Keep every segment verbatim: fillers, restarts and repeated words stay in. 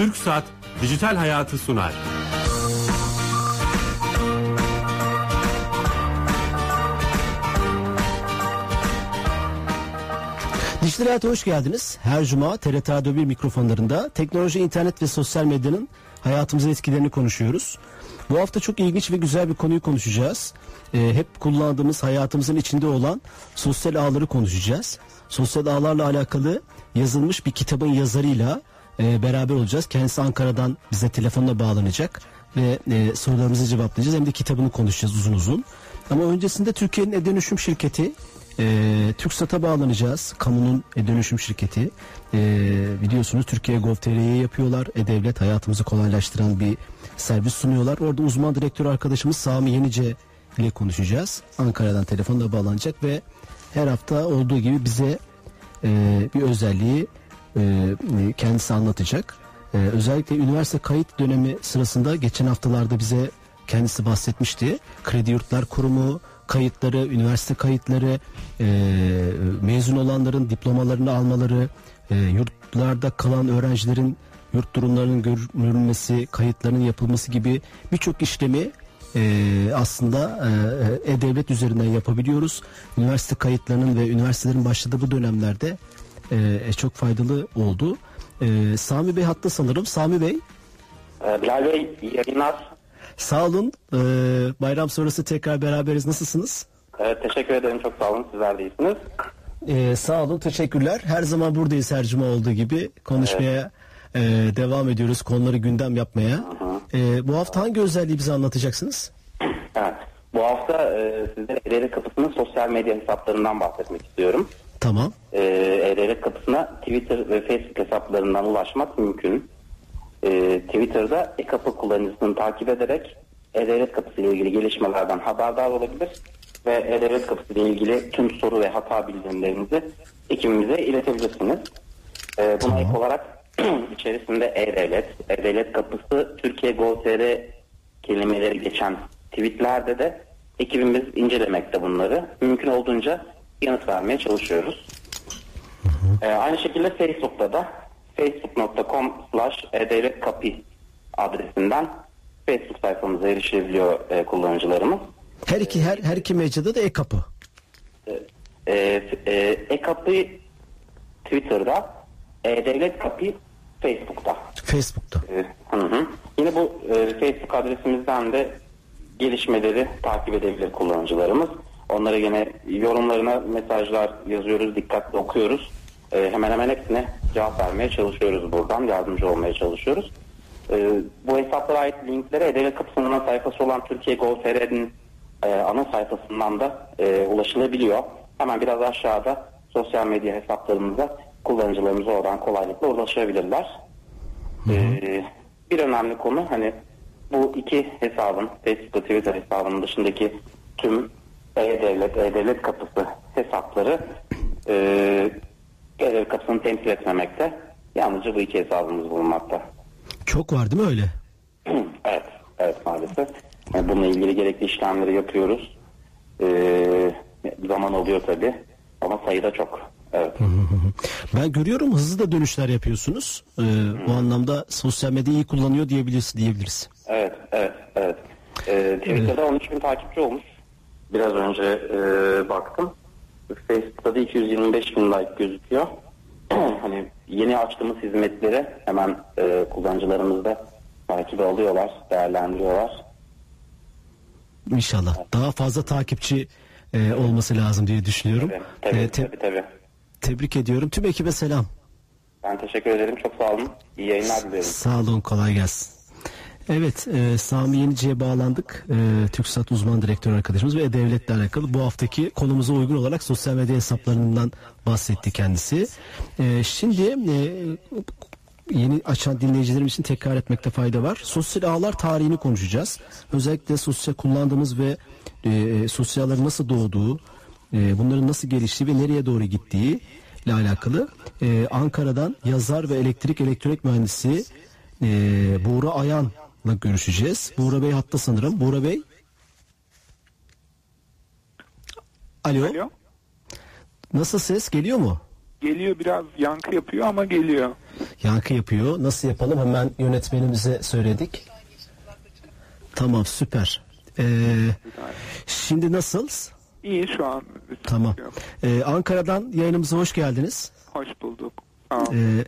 TürkSat Dijital Hayatı sunar. Dijital Hayat'a hoş geldiniz. Her cuma T R T Radyo bir mikrofonlarında teknoloji, internet ve sosyal medyanın hayatımıza etkilerini konuşuyoruz. Bu hafta çok ilginç ve güzel bir konuyu konuşacağız. Ee, hep kullandığımız, hayatımızın içinde olan sosyal ağları konuşacağız. Sosyal ağlarla alakalı yazılmış bir kitabın yazarıyla e, beraber olacağız. Kendisi Ankara'dan bize telefonla bağlanacak ve e, sorularımızı cevaplayacağız. Hem de kitabını konuşacağız uzun uzun. Ama öncesinde Türkiye'nin e-dönüşüm şirketi e, TürkSat'a bağlanacağız. Kamunun e-dönüşüm şirketi. E, biliyorsunuz Türkiye Gov nokta Tr'ye yapıyorlar. E-Devlet hayatımızı kolaylaştıran bir servis sunuyorlar. Orada uzman direktör arkadaşımız Sami Yenice ile konuşacağız. Ankara'dan telefonla bağlanacak ve her hafta olduğu gibi bize e, bir özelliği e, kendisi anlatacak. E, özellikle üniversite kayıt dönemi sırasında geçen haftalarda bize kendisi bahsetmişti. Kredi Yurtlar Kurumu kayıtları, üniversite kayıtları, e, mezun olanların diplomalarını almaları, e, yurtlarda kalan öğrencilerin yurt durumlarının görülmesi, kayıtlarının yapılması gibi birçok işlemi e, aslında e, e-devlet üzerinden yapabiliyoruz. Üniversite kayıtlarının ve üniversitelerin başladığı bu dönemlerde e, çok faydalı oldu. E, Sami Bey hatta sanırım. Sami Bey. Bilal Bey, iyi yayınlar. Sağ olun. Ee, bayram sonrası tekrar beraberiz. Nasılsınız? Evet, teşekkür ederim. Çok sağ olun. Sizler de iyisiniz. Ee, sağ olun. Teşekkürler. Her zaman buradayız, her cuma olduğu gibi. Konuşmaya evet. e, devam ediyoruz. Konuları gündem yapmaya. E, bu hafta hangi özelliği bize anlatacaksınız? Evet. Bu hafta e, sizlere E-Devlet Kapısı'nın sosyal medya hesaplarından bahsetmek istiyorum. Tamam. E, E-Devlet Kapısı'na Twitter ve Facebook hesaplarından ulaşmak mümkün. E, Twitter'da e-kapı kullanıcısını takip ederek E-Devlet Kapısı ile ilgili gelişmelerden haberdar olabilir ve E-Devlet Kapısı ile ilgili tüm soru ve hata bildirimlerinizi ekibimize iletebilirsiniz. E, buna tamam. Ek olarak içerisinde E-Devlet, E-Devlet Kapısı, Türkiye Gov nokta Tr kelimeleri geçen tweetlerde de ekibimiz incelemekte bunları. Mümkün olduğunca yanıt vermeye çalışıyoruz. Hı hı. E, aynı şekilde Facebook'ta da facebook nokta com slash e-devletkapi adresinden Facebook sayfamıza erişebiliyor e, kullanıcılarımız. Her iki her her iki mecrada da e-kapı. E, e, e-kapı Twitter'da, e-devletkapi Facebook'ta. Facebook'ta. E, hı hı. Yine bu e, Facebook adresimizden de gelişmeleri takip edebilir kullanıcılarımız. Onlara yine yorumlarına mesajlar yazıyoruz, dikkatli okuyoruz. E, hemen hemen hepsine cevap vermeye çalışıyoruz buradan, yardımcı olmaya çalışıyoruz. E, bu hesaplara ait linklere E-Devlet Kapısı'nın ana sayfası olan Türkiye Gov nokta Tr'nin e, ana sayfasından da e, ulaşılabiliyor. Hemen biraz aşağıda sosyal medya hesaplarımıza kullanıcılarımız oradan kolaylıkla ulaşabilirler. E, bir önemli konu, hani bu iki hesabın, Facebook ve Twitter hesabının dışındaki tüm E-Devlet, E-Devlet Kapısı hesapları e, E-Devlet Kapısı'nı temsil etmemekte. Yalnızca bu iki hesabımız bulunmakta. Çok var değil mi öyle? Evet, evet maalesef. Yani bununla ilgili gerekli işlemleri yapıyoruz. Ee, zaman oluyor tabii ama sayıda çok. Evet. Ben görüyorum, hızlı da dönüşler yapıyorsunuz. Ee, bu anlamda sosyal medyayı iyi kullanıyor diyebiliriz. diyebiliriz. Evet, evet, evet. Ee, Twitter'da on üç bin takipçi olmuş. Biraz önce e, baktım. Facebook'ta da iki yüz yirmi beş bin like gözüküyor. Hani yeni açtığımız hizmetleri hemen e, kullanıcılarımız da takibe alıyorlar, değerlendiriyorlar. İnşallah. Daha fazla takipçi e, olması lazım diye düşünüyorum. Tabii, tabii, e, te- tabii, tabii. Tebrik ediyorum. Tüm ekibe selam. Ben teşekkür ederim. Çok sağ olun. İyi yayınlar diliyorum. Sağ olun. Kolay gelsin. Evet, e, Sami Yenici'ye bağlandık. E, TürkSat uzman direktör arkadaşımız ve E-Devlet'le alakalı bu haftaki konumuza uygun olarak sosyal medya hesaplarından bahsetti kendisi. E, şimdi e, yeni açan dinleyicilerim için tekrar etmekte fayda var. Sosyal ağlar tarihini konuşacağız. Özellikle sosyal kullandığımız ve e, sosyal ağların nasıl doğduğu, e, bunların nasıl geliştiği ve nereye doğru gittiği ile alakalı. E, Ankara'dan yazar ve elektrik elektronik mühendisi e, Buğra Ayan'la görüşeceğiz. Buğra Bey hatta sanırım. Buğra Bey. Alo. Alo. Nasıl, ses geliyor mu? Geliyor, biraz yankı yapıyor ama geliyor. Yankı yapıyor. Nasıl yapalım? Hemen yönetmenimize söyledik. Tamam, süper. Ee, şimdi nasıl? İyi şu an. Tamam. Ee, Ankara'dan yayınımıza hoş geldiniz. Hoş bulduk. Tamam. Ee,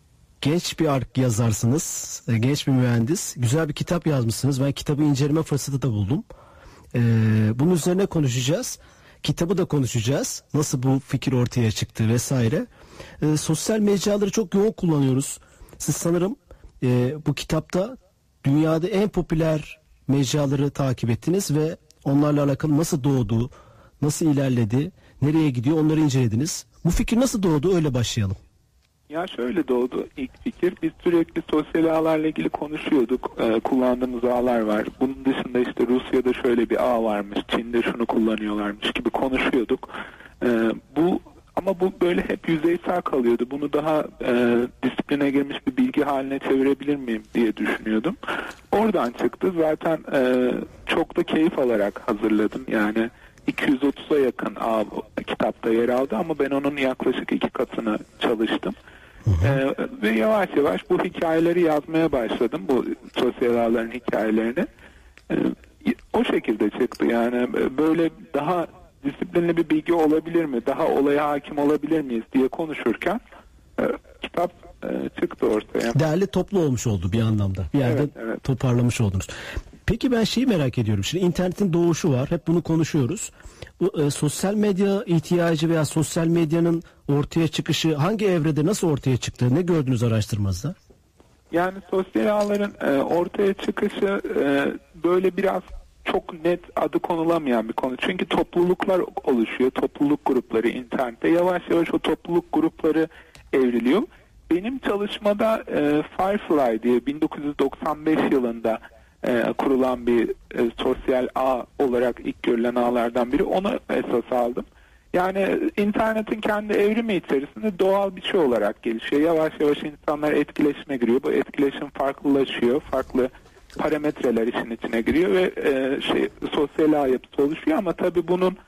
genç bir ark yazarsınız. Ee, genç bir mühendis. Güzel bir kitap yazmışsınız. Ben kitabı inceleme fırsatı da buldum. Ee, bunun üzerine konuşacağız. Kitabı da konuşacağız. Nasıl bu fikir ortaya çıktı vesaire. Ee, sosyal mecraları çok yoğun kullanıyoruz. Siz sanırım e, bu kitapta dünyada en popüler mecraları takip ettiniz ve onlarla alakalı nasıl doğdu, nasıl ilerledi, nereye gidiyor onları incelediniz. Bu fikir nasıl doğdu? Öyle başlayalım. Ya şöyle doğdu ilk fikir. Biz sürekli sosyal ağlarla ilgili konuşuyorduk. Ee, kullandığımız ağlar var. Bunun dışında işte Rusya'da şöyle bir ağ varmış, Çin'de şunu kullanıyorlarmış gibi konuşuyorduk. Ee, bu ama bu böyle hep yüzeysel kalıyordu. Bunu daha e, disipline girmiş bir bilgi haline çevirebilir miyim diye düşünüyordum. Oradan çıktı. Zaten e, çok da keyif alarak hazırladım. Yani iki yüz otuza yakın ağ kitapta yer aldı ama ben onun yaklaşık iki katını çalıştım. Ee, ve yavaş yavaş bu hikayeleri yazmaya başladım. Bu sosyal ağların hikayelerini. Ee, o şekilde çıktı. Yani böyle daha disiplinli bir bilgi olabilir mi? Daha olaya hakim olabilir miyiz diye konuşurken e, kitap e, çıktı ortaya. Değerli toplu olmuş oldu bir anlamda. Bir yerde Evet, evet. toparlamış oldunuz. Peki ben şeyi merak ediyorum. Şimdi internetin doğuşu var. Hep bunu konuşuyoruz. Bu e, sosyal medya ihtiyacı veya sosyal medyanın ortaya çıkışı hangi evrede nasıl ortaya çıktı? Ne gördünüz araştırmanızda? Yani sosyal ağların e, ortaya çıkışı e, böyle biraz çok net adı konulamayan bir konu. Çünkü topluluklar oluşuyor. Topluluk grupları internette. Yavaş yavaş o topluluk grupları evriliyor. Benim çalışmada e, Firefly diye bin dokuz yüz doksan beş yılında e, kurulan bir e, sosyal ağ olarak ilk görülen ağlardan biri. Onu esas aldım. Yani internetin kendi evrimi içerisinde doğal bir şey olarak gelişiyor. Yavaş yavaş insanlar etkileşime giriyor. Bu etkileşim farklılaşıyor. Farklı parametreler işin içine giriyor ve e, şey sosyal ağ yapısı oluşuyor ama tabii bunun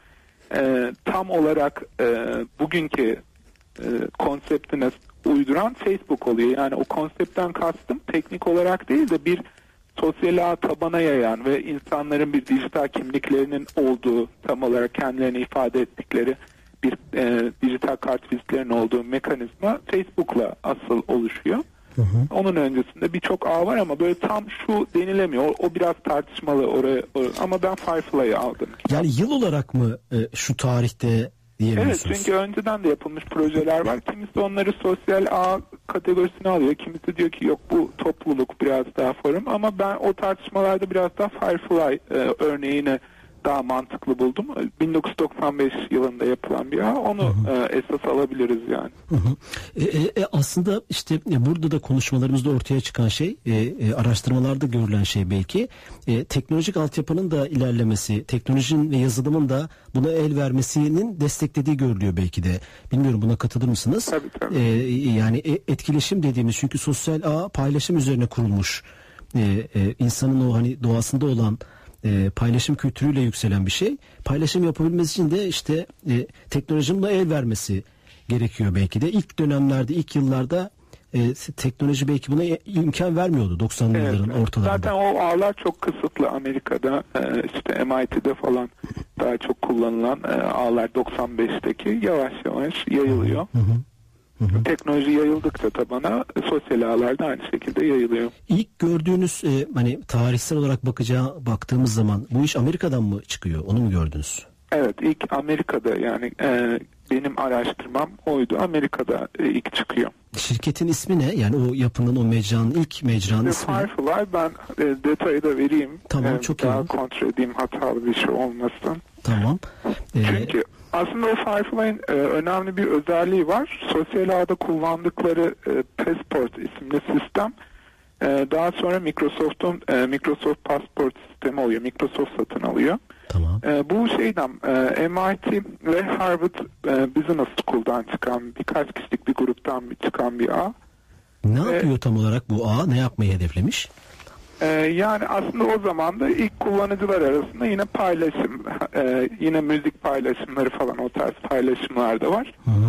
e, tam olarak e, bugünkü e, konseptine uyduran Facebook oluyor. Yani o konseptten kastım teknik olarak değil de bir sosyal ağ tabana yayan ve insanların bir dijital kimliklerinin olduğu, tam olarak kendilerini ifade ettikleri bir e, dijital kart vizitlerinin olduğu mekanizma Facebook'la asıl oluşuyor. Hı hı. Onun öncesinde birçok ağ var ama böyle tam şu denilemiyor. O, o biraz tartışmalı oraya, oraya. Ama ben Firefly'ı aldım. Yani yıl olarak mı e, şu tarihte diyebiliyorsunuz? Evet, çünkü önceden de yapılmış projeler var. Kimisi onları sosyal ağ kategorisine alıyor. Kimisi diyor ki yok bu topluluk biraz daha forum. Ama ben o tartışmalarda biraz daha Firefly e, örneğini daha mantıklı buldum. bin dokuz yüz doksan beş yılında yapılan bir ağ. Onu hı hı. E, esas alabiliriz yani. Hı hı. E, e, aslında işte e, burada da konuşmalarımızda ortaya çıkan şey, e, e, araştırmalarda görülen şey belki e, teknolojik altyapının da ilerlemesi, teknolojinin ve yazılımın da buna el vermesinin desteklediği görülüyor belki de. Bilmiyorum, buna katılır mısınız? Tabii tabii. E, yani etkileşim dediğimiz, çünkü sosyal ağ paylaşım üzerine kurulmuş. E, e, insanın o hani doğasında olan E, paylaşım kültürüyle yükselen bir şey. Paylaşım yapabilmesi için de işte e, teknolojinin de el vermesi gerekiyor belki de. İlk dönemlerde, ilk yıllarda e, teknoloji belki buna imkan vermiyordu doksanlı evet, yılların evet. ortalarında. Zaten o ağlar çok kısıtlı Amerika'da. E, işte M I T'de falan daha çok kullanılan e, ağlar doksan beşteki yavaş yavaş yayılıyor. Hı hı. Hı hı. Teknoloji yayıldıkça tabana sosyal ağlar da aynı şekilde yayılıyor. İlk gördüğünüz e, hani tarihsel olarak bakacağı baktığımız zaman bu iş Amerika'dan mı çıkıyor? Onu mu gördünüz? Evet, ilk Amerika'da, yani e, benim araştırmam oydu. Amerika'da e, ilk çıkıyor. Şirketin ismi ne? Yani o yapının, o mecranın, ilk mecranın The ismi Firefly, ben e, detayı da vereyim. Tamam, e, çok iyi. Daha kontrol edeyim hatalı bir şey olmasın. Tamam. Ee, Çünkü aslında o Firefly'ın e, önemli bir özelliği var. Sosyal ağda kullandıkları e, Passport isimli sistem e, daha sonra Microsoft'un e, Microsoft Passport sistemi oluyor. Microsoft satın alıyor. Tamam. E, bu şeyden e, M I T ve Harvard e, Business School'dan çıkan birkaç kişilik bir gruptan bir çıkan bir ağ. Ne e, yapıyor tam olarak bu ağ? Ne yapmayı hedeflemiş? Ee, yani aslında o zaman da ilk kullanıcılar arasında yine paylaşım, e, yine müzik paylaşımları falan, o tarz paylaşımlar da var. Hı hı hı.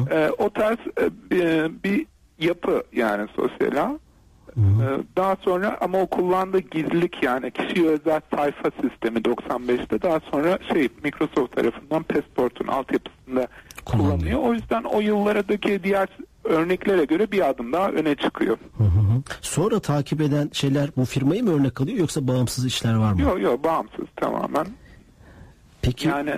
E, o tarz e, bir yapı yani sosyal ağ. Hı hı. E, daha sonra ama o kullandığı gizlilik yani kişiye özel sayfa sistemi doksan beşte daha sonra şey Microsoft tarafından Passport'un altyapısında Kullanılıyor. kullanılıyor. O yüzden o yıllardaki diğer örneklere göre bir adım daha öne çıkıyor. Hı hı. Sonra takip eden şeyler bu firmayı mı örnek alıyor yoksa bağımsız işler var mı? Yok yok bağımsız tamamen. Peki Yani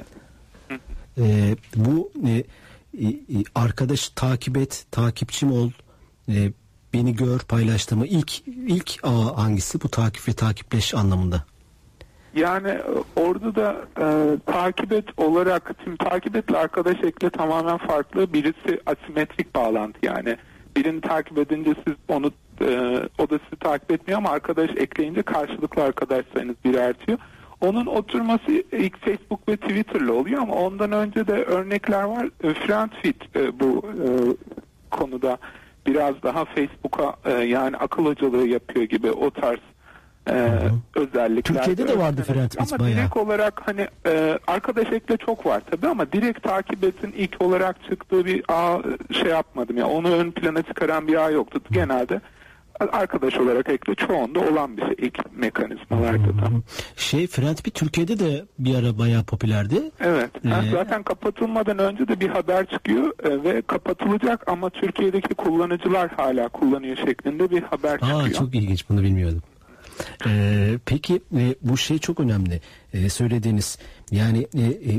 e, bu e, e, arkadaş takip et, takipçim ol, e, beni gör, paylaştığımı ilk ilk ağ hangisi bu takip ve takipleş anlamında? Yani orada da e, takip et olarak şimdi takip etle arkadaş ekle tamamen farklı. Birisi asimetrik bağlantı yani. Birini takip edince siz onu e, o da sizi takip etmiyor ama arkadaş ekleyince karşılıklı arkadaş sayınız biri artıyor. Onun oturması ilk Facebook ve Twitter'la oluyor ama ondan önce de örnekler var. E, Friendfeed e, bu e, konuda biraz daha Facebook'a e, yani akıl hocalığı yapıyor gibi o tarz Ee, özellikler. Türkiye'de de vardı evet. Friendfeed Ama bayağı. direkt olarak hani e, arkadaş ekle çok var tabii ama direkt takip etin ilk olarak çıktığı bir ağ şey yapmadım ya yani onu ön plana çıkaran bir ağ yoktu. Genelde arkadaş olarak ekle çoğunda olan bir şey ilk mekanizmalarda da. Şey Friendfeed Türkiye'de de bir ara bayağı popülerdi. Evet. Yani Ee, zaten kapatılmadan önce de bir haber çıkıyor e, ve kapatılacak ama Türkiye'deki kullanıcılar hala kullanıyor şeklinde bir haber çıkıyor. Aa, çok ilginç, bunu bilmiyordum. Ee, peki e, bu şey çok önemli e, söylediğiniz yani e, e,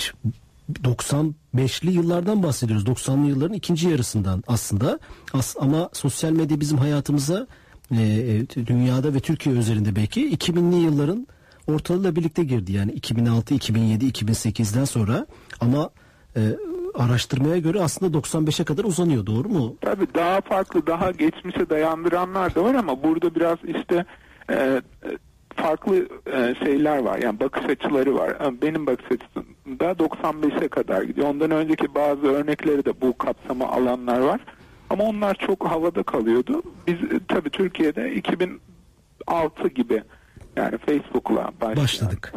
doksan beşli yıllardan bahsediyoruz, doksanlı yılların ikinci yarısından aslında As, ama sosyal medya bizim hayatımıza e, dünyada ve Türkiye üzerinde belki iki binli yılların ortalığıyla birlikte girdi yani iki bin altı, iki bin yedi, iki bin sekizden sonra ama e, araştırmaya göre aslında doksan beşe kadar uzanıyor, doğru mu? Tabii daha farklı, daha geçmişe dayandıranlar da var ama burada biraz işte e, farklı e, şeyler var. Yani bakış açıları var. Yani benim bakış açısında doksan beşe kadar gidiyor. Ondan önceki bazı örnekleri de bu kapsama alanlar var. Ama onlar çok havada kalıyordu. Biz e, tabii Türkiye'de iki bin altı gibi yani Facebook'la başladık. Başladık.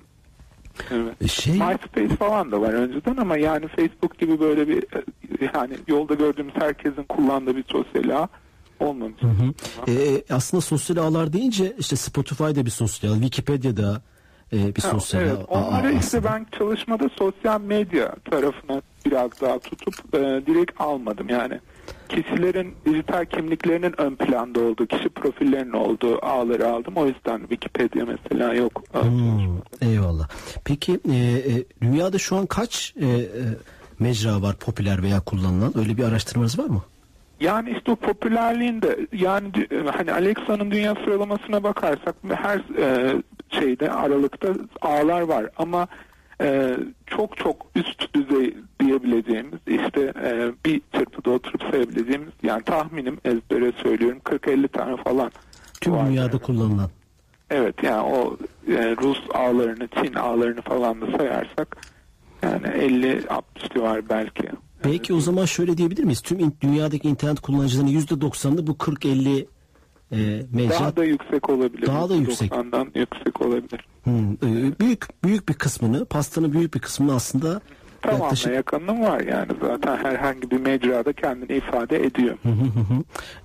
Evet. Şey... MySpace falan da var önceden ama yani Facebook gibi böyle bir yani yolda gördüğümüz herkesin kullandığı bir sosyal ağ olmamış. Hı hı. Ee, aslında sosyal ağlar deyince işte Spotify'da bir sosyal, Wikipedia'da e, bir Ha, sosyal evet. ağ. Onları ağ işte aslında. ben çalışmada sosyal medya tarafına biraz daha tutup e, direkt almadım. Yani kişilerin dijital kimliklerinin ön planda olduğu, kişi profillerinin olduğu ağları aldım. O yüzden Wikipedia mesela yok. Hmm, eyvallah. Peki e, e, dünyada şu an kaç e, e, mecra var popüler veya kullanılan? Öyle bir araştırmanız var mı? Yani işte o popülerliğinde yani hani Alexa'nın dünya sıralamasına bakarsak her e, şeyde aralıkta ağlar var ama e, çok çok üst düzey diyebileceğimiz işte e, bir çırpıda oturup sayabileceğimiz yani tahminim ezbere söylüyorum kırk elli tane falan. Tüm var dünyada yani. kullanılan. Evet yani o e, Rus ağlarını, Çin ağlarını falan da sayarsak yani elli altmış civarı belki. Belki o zaman şöyle diyebilir miyiz? Tüm in, dünyadaki internet kullanıcılarının yüzde doksanı bu kırk elli e, mecra. Daha da yüksek olabilir. Daha da yüksek. doksandan yüksek olabilir. Hmm, e, büyük büyük bir kısmını, pastanın büyük bir kısmını aslında Tamamına yaklaşık... yakınım var yani zaten herhangi bir mecrada kendini ifade ediyor. Hı hı hı.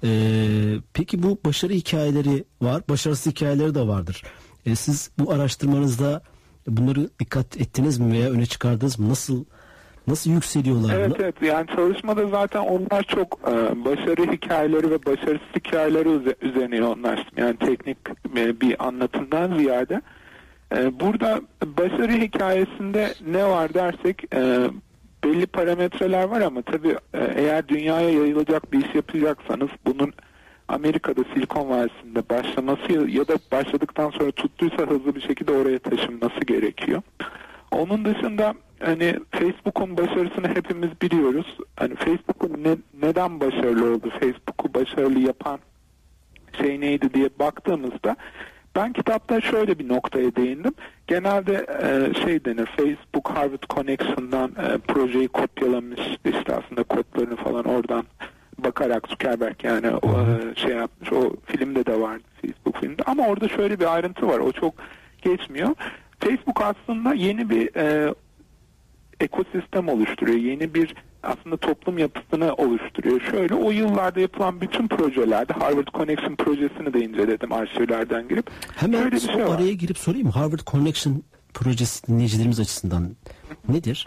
Ee, peki bu başarı hikayeleri var, başarısız hikayeleri de vardır. Ee, siz bu araştırmanızda bunları dikkat ettiniz mi veya öne çıkardınız mı? Nasıl nasıl yükseliyorlar Evet buna? evet yani çalışmada zaten onlar çok e, başarı hikayeleri ve başarısız hikayeleri üze, üzerine yoğunlaştım. Yani teknik e, bir anlatımdan ziyade. E, burada başarı hikayesinde ne var dersek e, belli parametreler var ama tabii e, eğer dünyaya yayılacak bir iş yapacaksanız bunun Amerika'da Silikon Vadisi'nde başlaması ya da başladıktan sonra tuttuysa hızlı bir şekilde oraya taşınması gerekiyor. Onun dışında hani Facebook'un başarısını hepimiz biliyoruz. Hani Facebook'un ne, neden başarılı oldu? Facebook'u başarılı yapan şey neydi diye baktığımızda ben kitapta şöyle bir noktaya değindim. Genelde e, şey denir Facebook Harvard Connection'dan e, projeyi kopyalamış işte aslında kodlarını falan oradan bakarak Zuckerberg yani o, e, şey yapmış. O filmde de vardı Facebook filmde ama orada şöyle bir ayrıntı var. O çok geçmiyor. Facebook aslında yeni bir e, ekosistem oluşturuyor. Yeni bir aslında toplum yapısını oluşturuyor. Şöyle, o yıllarda yapılan bütün projelerde, Harvard Connection projesini de inceledim arşivlerden girip. Hemen bir so şey var. araya girip sorayım. Harvard Connection projesi dinleyicilerimiz açısından nedir?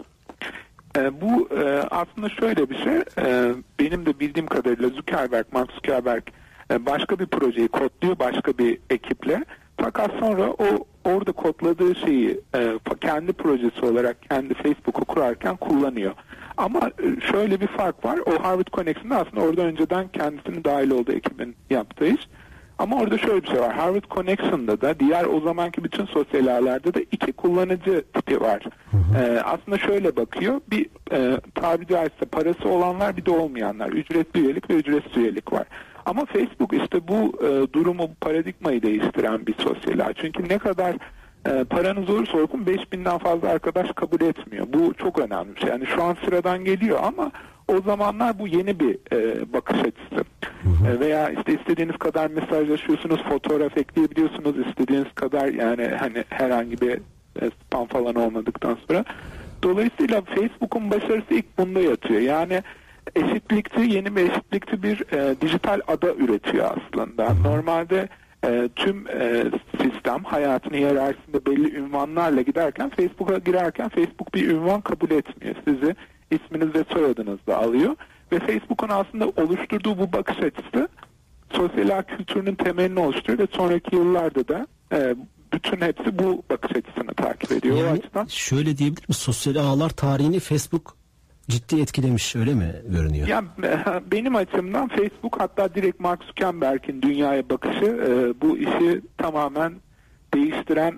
E, bu e, aslında şöyle bir şey. E, benim de bildiğim kadarıyla Zuckerberg, Mark Zuckerberg e, başka bir projeyi kodluyor başka bir ekiple. Fakat sonra o orada kodladığı şeyi e, kendi projesi olarak kendi Facebook'u kurarken kullanıyor. Ama e, şöyle bir fark var. O Harvard Connection'da aslında orada önceden kendisinin dahil olduğu ekibin yaptığı iş. Ama orada şöyle bir şey var. Harvard Connection'da da diğer o zamanki bütün sosyal ağlarda da iki kullanıcı tipi var. Hı hı. Ee, aslında şöyle bakıyor. Bir e, tabiri caizse parası olanlar, bir de olmayanlar. Ücretli üyelik ve ücretsiz üyelik var. Ama Facebook işte bu e, durumu, bu paradigmayı değiştiren bir sosyal ağ. Çünkü ne kadar e, paranız olursa olsun beş binden fazla arkadaş kabul etmiyor. Bu çok önemli bir şey. Yani şu an sıradan geliyor ama o zamanlar bu yeni bir e, bakış açısı. Hı hı. E, veya işte istediğiniz kadar mesajlaşıyorsunuz, fotoğraf ekleyebiliyorsunuz, istediğiniz kadar, yani hani herhangi bir e, spam falan olmadıktan sonra. Dolayısıyla Facebook'un başarısı ilk bunda yatıyor. Yani eşitlikçi, yeni bir eşitlikçi bir e, dijital ada üretiyor aslında. Hı hı. Normalde e, tüm e, sistem hayatın hiyerarşisinde belli ünvanlarla giderken, Facebook'a girerken Facebook bir ünvan kabul etmiyor. Sizi isminiz ve soyadınızla alıyor ve Facebook'un aslında oluşturduğu bu bakış açısı sosyal ağ kültürünün temelini oluşturuyor ve sonraki yıllarda da e, bütün hepsi bu bakış açısını takip ediyor. Yani o açıdan şöyle diyebilir miyiz? Sosyal ağlar tarihini Facebook ciddi etkilemiş, öyle mi görünüyor? Yani benim açımdan Facebook, hatta direkt Mark Zuckerberg'in dünyaya bakışı e, bu işi tamamen değiştiren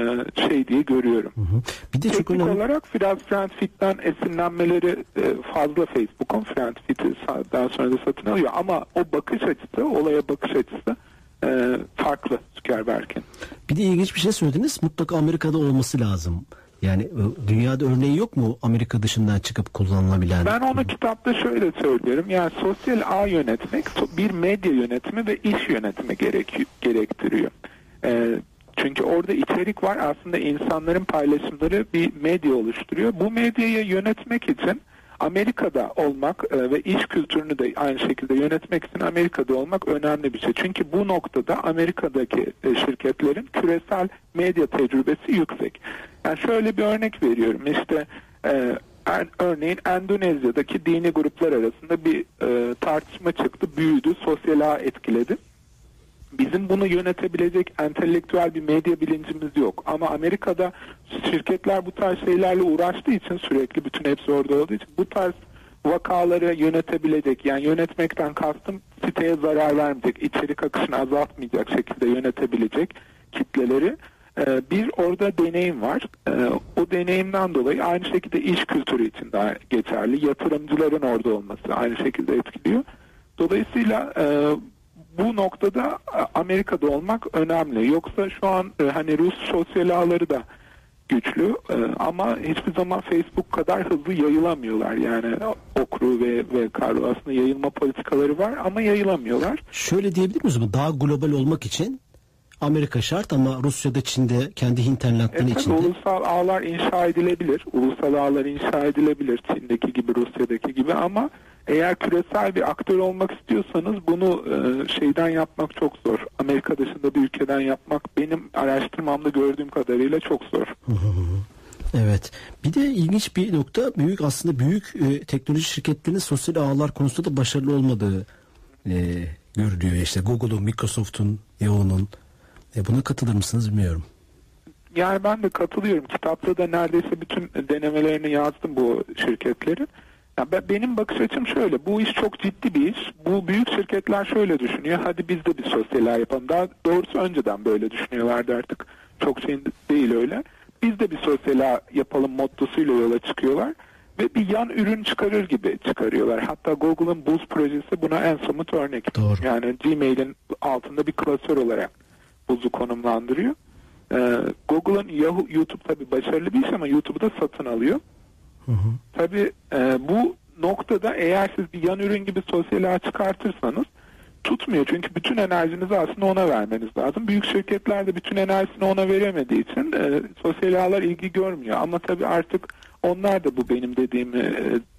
e, şey diye görüyorum. Hı hı. Bir de çok önemli olarak biraz Friendfeed'den esinlenmeleri e, fazla Facebook'un. Friendfeed'i daha sonra da satın alıyor ama o bakış açısı, olaya bakış açısı e, farklı Zuckerberg'in. Bir de ilginç bir şey söylediniz. Mutlaka Amerika'da olması lazım. Yani dünyada örneği yok mu Amerika dışından çıkıp kullanılabilen? Ben onu kitapta şöyle söylüyorum. Yani sosyal ağ yönetmek bir medya yönetimi ve iş yönetimi gerek, gerektiriyor. Ee, çünkü orada içerik var. Aslında insanların paylaşımları bir medya oluşturuyor. Bu medyayı yönetmek için Amerika'da olmak e, ve iş kültürünü de aynı şekilde yönetmek için Amerika'da olmak önemli bir şey. Çünkü bu noktada Amerika'daki e, şirketlerin küresel medya tecrübesi yüksek. Yani şöyle bir örnek veriyorum. İşte e, er, örneğin Endonezya'daki dini gruplar arasında bir e, tartışma çıktı, büyüdü, sosyal ağ etkiledi. Bizim bunu yönetebilecek entelektüel bir medya bilincimiz yok. Ama Amerika'da şirketler bu tarz şeylerle uğraştığı için, sürekli bütün hepsi orada olduğu için bu tarz vakaları yönetebilecek, yani yönetmekten kastım siteye zarar vermeyecek, içerik akışını azaltmayacak şekilde yönetebilecek kitleleri bir orada deneyim var. O deneyimden dolayı aynı şekilde iş kültürü için de geçerli. Yatırımcıların orada olması aynı şekilde etkiliyor. Dolayısıyla bu noktada Amerika'da olmak önemli. Yoksa şu an hani Rus sosyal ağları da güçlü ama hiçbir zaman Facebook kadar hızlı yayılamıyorlar. Yani Okru ve, ve Karlo aslında yayılma politikaları var ama yayılamıyorlar. Şöyle diyebilir miyiz? Daha global olmak için Amerika şart ama Rusya'da, Çin'de kendi internetleri evet, içinde. Ulusal ağlar inşa edilebilir. Ulusal ağlar inşa edilebilir. Çin'deki gibi, Rusya'daki gibi ama eğer küresel bir aktör olmak istiyorsanız bunu e, şeyden yapmak çok zor. Amerika dışında bir ülkeden yapmak benim araştırmamda gördüğüm kadarıyla çok zor. Evet. Bir de ilginç bir nokta, büyük aslında büyük e, teknoloji şirketlerinin sosyal ağlar konusunda da başarılı olmadığı e, görülüyor. İşte Google'un, Microsoft'un, Yahoo'nun. E, buna katılır mısınız bilmiyorum. Yani ben de katılıyorum. Kitapta da neredeyse bütün denemelerini yazdım bu şirketlerin. Yani ben, benim bakış açım şöyle. Bu iş çok ciddi bir iş. Bu büyük şirketler şöyle düşünüyor. Hadi biz de bir sosyal ağ yapalım. Daha doğrusu önceden böyle düşünüyorlardı artık. Çok şey değil öyle. Biz de bir sosyal ağ yapalım mottosuyla yola çıkıyorlar. Ve bir yan ürün çıkarır gibi çıkarıyorlar. Hatta Google'ın Buzz projesi buna en somut örnek. Doğru. Yani Gmail'in altında bir klasör olarak Buzz'u konumlandırıyor. Ee, Google'ın Yahoo, YouTube tabii başarılı bir iş ama YouTube'u da satın alıyor. Hı hı. Tabii e, bu noktada eğer siz bir yan ürün gibi sosyal ağ çıkartırsanız tutmuyor. Çünkü bütün enerjinizi aslında ona vermeniz lazım. Büyük şirketler de bütün enerjisini ona veremediği için e, sosyal ağlar ilgi görmüyor. Ama tabii artık onlar da bu benim dediğimi e,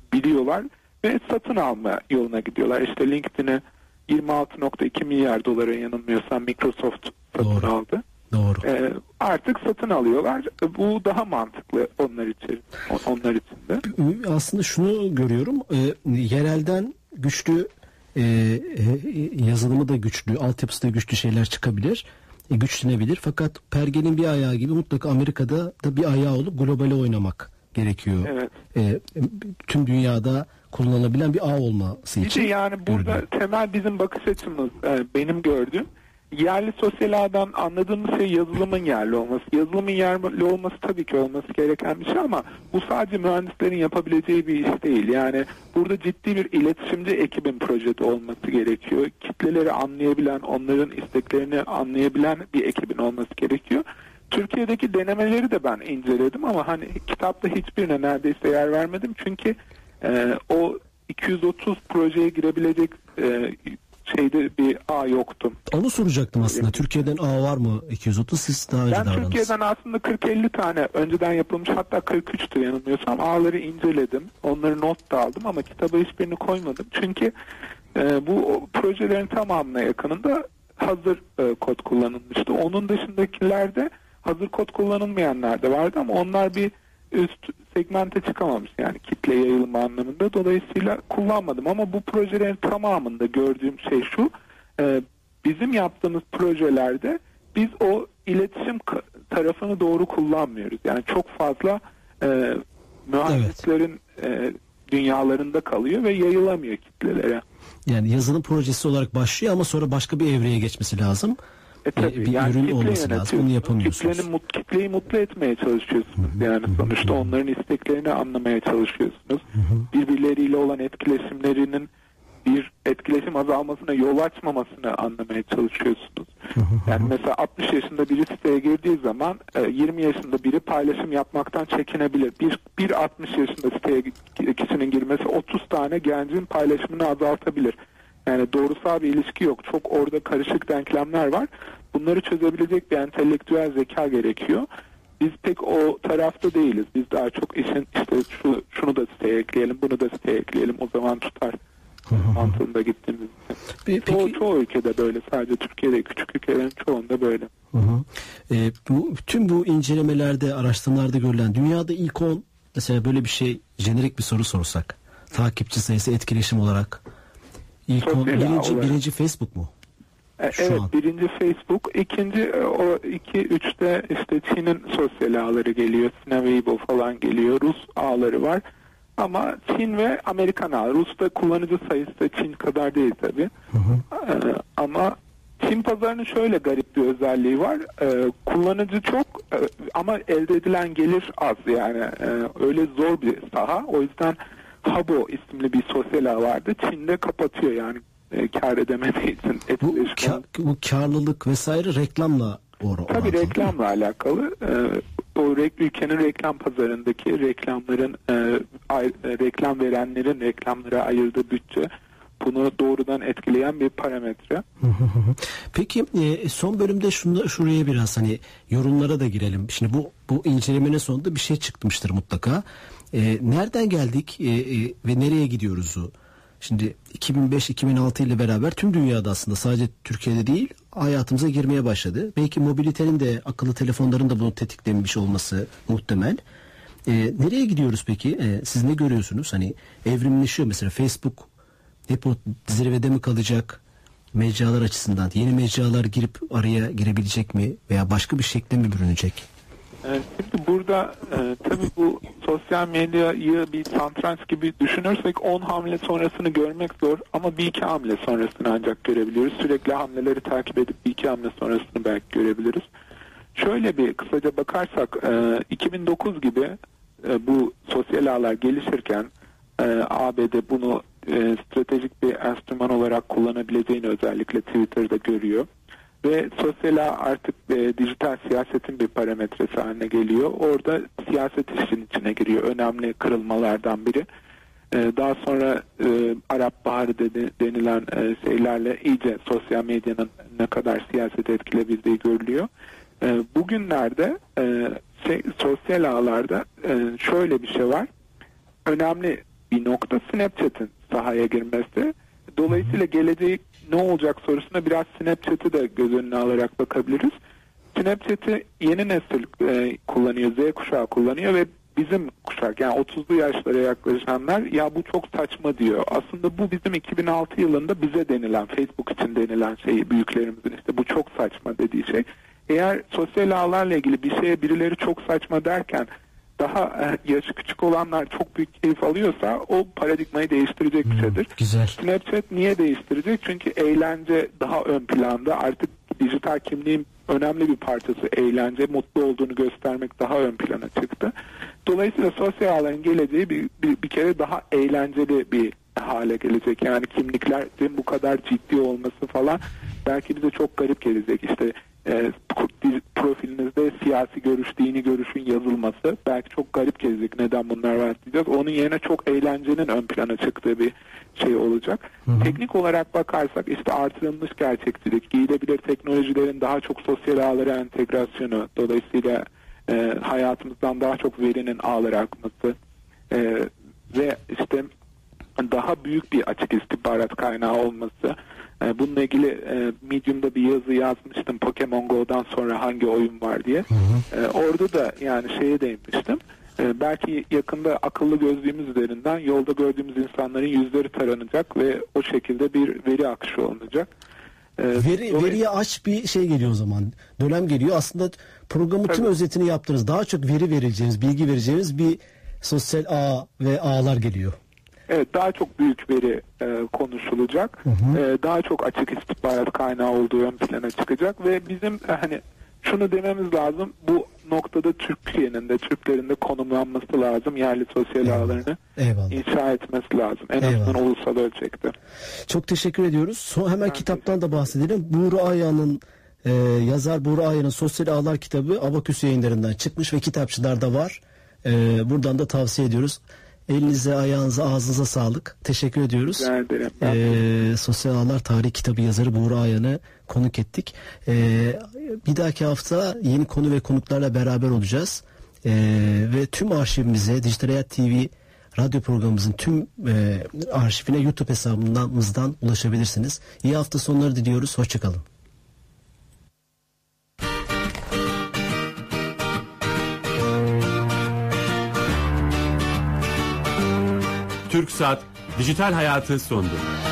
biliyorlar ve satın alma yoluna gidiyorlar. İşte LinkedIn'i yirmi altı nokta iki milyar dolara yanılmıyorsam Microsoft satın Doğru. aldı. Doğru. Ee, artık satın alıyorlar. Bu daha mantıklı onlar için. Onlar için de. Aslında şunu görüyorum. E, yerelden güçlü e, e, yazılımı da güçlü, altyapısı da güçlü şeyler çıkabilir. E, güçlenebilir. Fakat pergenin bir ayağı gibi mutlaka Amerika'da da bir ayağı olup globale oynamak gerekiyor. Evet. E, tüm dünyada kullanılabilen bir ağ olması Bir için. de yani burada görünüyor. temel bizim bakış açımız, e, benim gördüğüm yerli sosyal ağdan anladığımız şey yazılımın yerli olması. Yazılımın yerli olması tabii ki olması gereken bir şey ama bu sadece mühendislerin yapabileceği bir iş değil. Yani burada ciddi bir iletişimci ekibin projede olması gerekiyor. Kitleleri anlayabilen, onların isteklerini anlayabilen bir ekibin olması gerekiyor. Türkiye'deki denemeleri de ben inceledim ama hani kitapta hiçbirine neredeyse yer vermedim. Çünkü e, o iki yüz otuz projeye girebilecek e, şeyde bir ağ yoktu. Onu soracaktım aslında. Türkiye'den ağ var mı iki yüz otuz? Siz daha önce Ben davranınız. Türkiye'den aslında kırk elli tane önceden yapılmış, hatta kırk üçtü yanılmıyorsam, ağları inceledim. Onları not da aldım ama kitaba hiçbirini koymadım. Çünkü e, bu o, projelerin tamamına yakınında hazır e, kod kullanılmıştı. Onun dışındakilerde hazır kod kullanılmayanlar da vardı ama onlar bir üst segmente çıkamamış, yani kitle yayılma anlamında. Dolayısıyla kullanmadım ama bu projelerin tamamında gördüğüm şey şu: e, bizim yaptığımız projelerde biz o iletişim tarafını doğru kullanmıyoruz. Yani çok fazla e, mühendislerin evet. e, dünyalarında kalıyor ve yayılamıyor kitlelere. Yani yazılım projesi olarak başlıyor ama sonra başka bir evreye geçmesi lazım. E tabii, bir yani ürün olması lazım. Onu yapamıyorsunuz. Kitlenin, mut, kitleyi mutlu etmeye çalışıyorsunuz. Yani sonuçta onların isteklerini anlamaya çalışıyorsunuz. Birbirleriyle olan etkileşimlerinin bir etkileşim azalmasına yol açmamasını anlamaya çalışıyorsunuz. Yani mesela altmış yaşında biri siteye girdiği zaman yirmi yaşında biri paylaşım yapmaktan çekinebilir. Bir, bir altmış yaşında siteye kişinin girmesi otuz tane gencin paylaşımını azaltabilir. Yani doğrusal bir ilişki yok. Çok orada karışık denklemler var. Bunları çözebilecek bir entelektüel zeka gerekiyor. Biz pek o tarafta değiliz. Biz daha çok işin işte şu, şunu da siteye ekleyelim, bunu da siteye ekleyelim, o zaman tutar mantığında gittiğimiz için. Peki, çoğu, çoğu ülkede böyle. Sadece Türkiye'de, küçük ülkelerin çoğunda böyle. Hı hı. E, bu, tüm bu incelemelerde, araştırmalarda görülen dünyada ilk on, mesela böyle bir şey, jenerik bir soru sorsak, takipçi sayısı, etkileşim olarak ilk on, birinci, birinci Facebook mu? Şu evet an. Birinci Facebook, ikinci o iki üçte işte Çin'in sosyal ağları geliyor, Sina Weibo falan geliyor, Rus ağları var ama Çin ve Amerikan ağları. Rus'ta kullanıcı sayısı da Çin kadar değil tabii. Hı hı. Ee, ama Çin pazarının şöyle garip bir özelliği var, ee, kullanıcı çok e, ama elde edilen gelir az, yani e, öyle zor bir saha. O yüzden Habo isimli bir sosyal ağ vardı, Çin'de kapatıyor yani. E, kar edemediği için. Bu, kar, bu karlılık vesaire reklamla oran. Tabii reklamla alakalı. E, o re- ülkenin reklam pazarındaki reklamların e, ay, reklam verenlerin reklamlara ayırdığı bütçe bunu doğrudan etkileyen bir parametre. Peki e, son bölümde şunda, şuraya biraz hani yorumlara da girelim. Şimdi bu bu incelemenin sonunda bir şey çıkmıştır mutlaka. E, nereden geldik e, e, ve nereye gidiyoruzu? Şimdi iki bin beş iki bin altı ile beraber tüm dünyada, aslında sadece Türkiye'de değil, hayatımıza girmeye başladı. Belki mobilitenin de, akıllı telefonların da bunu tetiklemiş olması muhtemel. Ee, nereye gidiyoruz peki? Ee, siz ne görüyorsunuz? Hani evrimleşiyor mesela Facebook, hep o zirvede mi kalacak mecralar açısından? Yeni mecralar girip araya girebilecek mi? Veya başka bir şekle mi bürünecek? Şimdi burada e, tabii bu sosyal medyayı bir satranç gibi düşünürsek on hamle sonrasını görmek zor ama bir iki hamle sonrasını ancak görebiliyoruz. Sürekli hamleleri takip edip bir iki hamle sonrasını belki görebiliriz. Şöyle bir kısaca bakarsak e, iki bin dokuz gibi e, bu sosyal ağlar gelişirken e, A B D bunu e, stratejik bir enstrüman olarak kullanabileceğini özellikle Twitter'da görüyor. Ve sosyal ağ artık e, dijital siyasetin bir parametresi haline geliyor. Orada siyaset işin içine giriyor. Önemli kırılmalardan biri. E, daha sonra e, Arap Baharı dedi, denilen e, şeylerle iyice sosyal medyanın ne kadar siyaset etkilebildiği görülüyor. E, bugünlerde e, şey, sosyal ağlarda e, şöyle bir şey var. Önemli bir nokta Snapchat'in sahaya girmesi. Dolayısıyla geleceği ne olacak sorusuna biraz Snapchat'i de göz önüne alarak bakabiliriz. Snapchat'i yeni nesil e, kullanıyor, Z kuşağı kullanıyor ve bizim kuşak, yani otuzlu yaşlara yaklaşanlar ya bu çok saçma diyor. Aslında bu bizim iki bin altı yılında bize denilen, Facebook için denilen şey, büyüklerimizin işte bu çok saçma dediği şey. Eğer sosyal ağlarla ilgili bir şeye birileri çok saçma derken daha yaşı küçük olanlar çok büyük keyif alıyorsa o paradigmayı değiştirecek bir şeydir. Hmm, güzel. Snapchat niye değiştirecek? Çünkü eğlence daha ön planda. Artık dijital kimliğin önemli bir parçası eğlence. Mutlu olduğunu göstermek daha ön plana çıktı. Dolayısıyla sosyal ağların geleceği bir, bir, bir kere daha eğlenceli bir hale gelecek. Yani kimliklerin bu kadar ciddi olması falan belki bize çok garip gelecek. İşte e, profilinizde siyasi görüş, dini görüşün yazılması belki çok garip gelecek. Neden bunlar var diyeceğiz. Onun yerine çok eğlencenin ön plana çıktığı bir şey olacak. Hı hı. Teknik olarak bakarsak işte artırılmış gerçekçilik, giyilebilir teknolojilerin daha çok sosyal ağlara entegrasyonu, dolayısıyla e, hayatımızdan daha çok verinin ağlara akması e, ve işte daha büyük bir açık istihbarat kaynağı olması. E, bununla ilgili e, Medium'da bir yazı yazmıştım. Pokemon Go'dan sonra hangi oyun var diye. Hı hı. E, orada da yani şeye değinmiştim. E, belki yakında akıllı gözlüğümüz üzerinden yolda gördüğümüz insanların yüzleri taranacak ve o şekilde bir veri akışı olunacak. E, veri, o, veriye aç bir şey geliyor o zaman. Dönem geliyor. Aslında programın tabii tüm özetini yaptınız. Daha çok veri vereceğimiz, bilgi vereceğimiz bir sosyal ağ ve ağlar geliyor. Evet, daha çok büyük veri e, konuşulacak. Hı hı. E, daha çok açık istihbarat kaynağı olduğu ön plana çıkacak ve bizim e, hani şunu dememiz lazım. Bu noktada Türkiye'nin de Türklerin de konumlanması lazım. Yerli sosyal Eyvallah. ağlarını Eyvallah. inşa etmesi lazım. En Eyvallah. azından ulusal ölçekte. Çok teşekkür ediyoruz. Son hemen ben kitaptan da bahsedelim. Buğra Aya'nın e, yazar Buğra Aya'nın Sosyal Ağlar kitabı Abaküs Yayınları'ndan çıkmış ve kitapçılarda var. E, buradan da tavsiye ediyoruz. Elinize, ayağınıza, ağzınıza sağlık. Teşekkür ediyoruz. Rica ederim. Ee, Sosyal Ağlar Tarih Kitabı yazarı Buğra Ayan'ı konuk ettik. Ee, bir dahaki hafta yeni konu ve konuklarla beraber olacağız. Ee, ve tüm arşivimize, Dijital Hayat T V radyo programımızın tüm e, arşivine YouTube hesabımızdan ulaşabilirsiniz. İyi hafta sonları diliyoruz. Hoşçakalın. TürkSat Dijital Hayatı sondu.